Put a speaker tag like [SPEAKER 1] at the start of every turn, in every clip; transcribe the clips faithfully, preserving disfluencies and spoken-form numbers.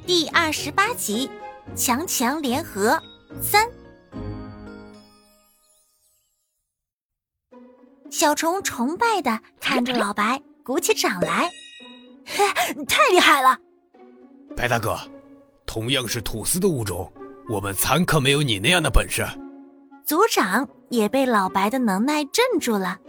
[SPEAKER 1] 第二十八集，强强联合三。小虫崇拜地看着老白，鼓起掌来。太厉害了！
[SPEAKER 2] 白大哥，同样是吐司的物种，我们蚕可没有你那样的本事。
[SPEAKER 1] 族长也被老白的能耐镇住了。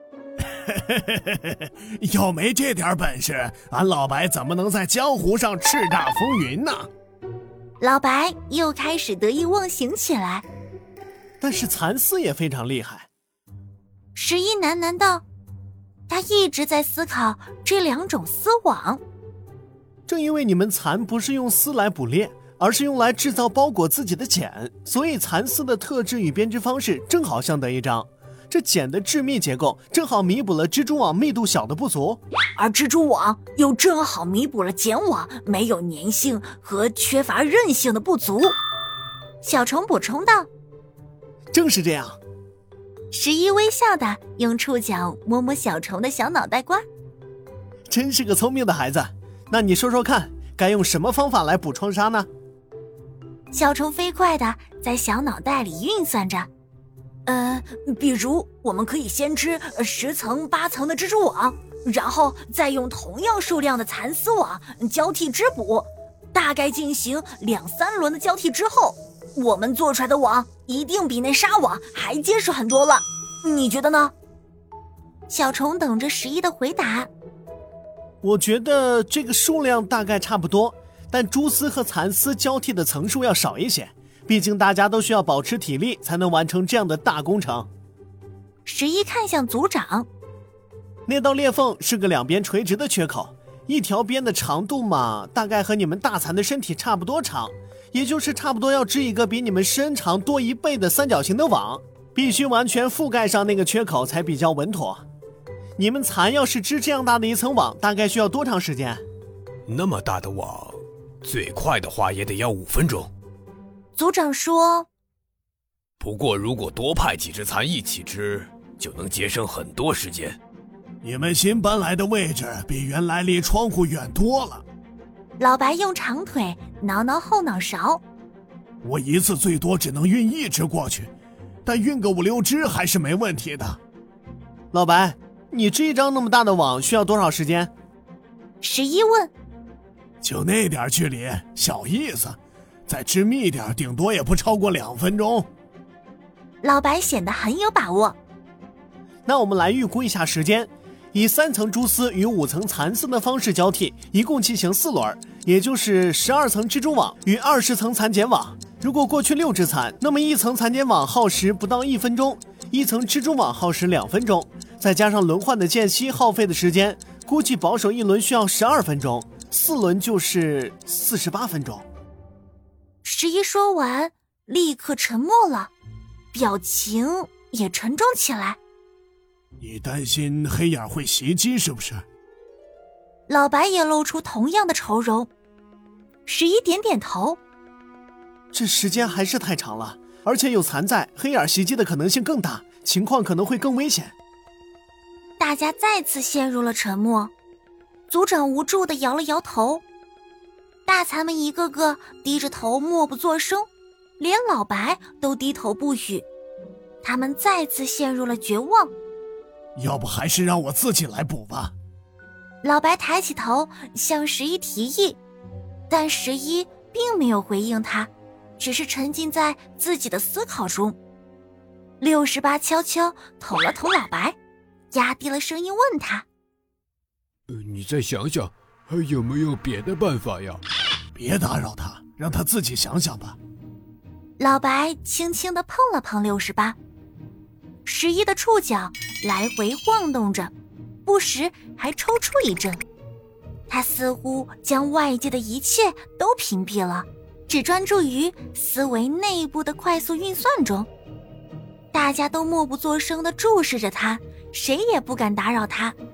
[SPEAKER 3] 要没这点本事，俺老白怎么能在江湖上叱咤风云呢？
[SPEAKER 1] 老白又开始得意忘形起来。
[SPEAKER 4] 但是蚕丝也非常厉害。
[SPEAKER 1] 十一喃喃道，他一直在思考这两种丝网。
[SPEAKER 4] 正因为你们蚕不是用丝来捕猎，而是用来制造包裹自己的茧，所以蚕丝的特质与编织方式正好相得益彰。这茧的致密结构正好弥补了蜘蛛网密度小的不足，
[SPEAKER 1] 而蜘蛛网又正好弥补了茧网没有粘性和缺乏韧性的不足。小虫补充道，
[SPEAKER 4] 正是这样。
[SPEAKER 1] 十一微笑地用触角摸摸小虫的小脑袋瓜，
[SPEAKER 4] 真是个聪明的孩子。那你说说看，该用什么方法来补窗纱呢？
[SPEAKER 1] 小虫飞快地在小脑袋里运算着。呃，比如我们可以先织十层八层的蜘蛛网，然后再用同样数量的蚕丝网交替织补，大概进行两三轮的交替之后，我们做出来的网一定比那纱网还结实很多了。你觉得呢？小虫等着十一的回答。
[SPEAKER 4] 我觉得这个数量大概差不多，但蛛丝和蚕丝交替的层数要少一些。毕竟大家都需要保持体力才能完成这样的大工程。
[SPEAKER 1] 十一看向族长，
[SPEAKER 4] 那道裂缝是个两边垂直的缺口，一条边的长度嘛，大概和你们大蚕的身体差不多长，也就是差不多要织一个比你们身长多一倍的三角形的网，必须完全覆盖上那个缺口才比较稳妥。你们蚕要是织这样大的一层网，大概需要多长时间？
[SPEAKER 2] 那么大的网，最快的话也得要五分钟。
[SPEAKER 1] 族长说，
[SPEAKER 2] 不过如果多派几只蚕一起织，就能节省很多时间。
[SPEAKER 3] 你们新搬来的位置比原来离窗户远多了。
[SPEAKER 1] 老白用长腿挠挠后脑勺。
[SPEAKER 3] 我一次最多只能运一只过去，但运个五六只还是没问题的。
[SPEAKER 4] 老白，你织一张那么大的网需要多少时间？
[SPEAKER 1] 十一问。
[SPEAKER 3] 就那点距离，小意思。再织密点，顶多也不超过两分钟。
[SPEAKER 1] 老白显得很有把握。
[SPEAKER 4] 那我们来预估一下时间，以三层蛛丝与五层蚕丝的方式交替，一共进行四轮，也就是十二层蜘蛛网与二十层蚕茧网。如果过去六只蚕，那么一层蚕茧网耗时不到一分钟，一层蜘蛛网耗时两分钟，再加上轮换的间隙耗费的时间，估计保守一轮需要十二分钟，四轮就是四十八分钟。
[SPEAKER 1] 十一说完，立刻沉默了，表情也沉重起来。
[SPEAKER 3] 你担心黑眼会袭击是不是？
[SPEAKER 1] 老白也露出同样的愁容。十一点点头。
[SPEAKER 4] 这时间还是太长了，而且有蚕在，黑眼袭击的可能性更大，情况可能会更危险。
[SPEAKER 1] 大家再次陷入了沉默。族长无助地摇了摇头。大蚕们一个个低着头默不作声，连老白都低头不语。他们再次陷入了绝望。
[SPEAKER 3] 要不还是让我自己来补吧。
[SPEAKER 1] 老白抬起头向十一提议，但十一并没有回应他，只是沉浸在自己的思考中。六十八悄悄捅了捅老白，压低了声音问他，
[SPEAKER 2] 呃，你再想想还有没有别的办法呀？
[SPEAKER 3] 别打扰他，让他自己想想吧。
[SPEAKER 1] 老白轻轻地碰了碰六十八，十一的触角来回晃动着，不时还抽搐一阵。他似乎将外界的一切都屏蔽了，只专注于思维内部的快速运算中。大家都默不作声地注视着他，谁也不敢打扰他。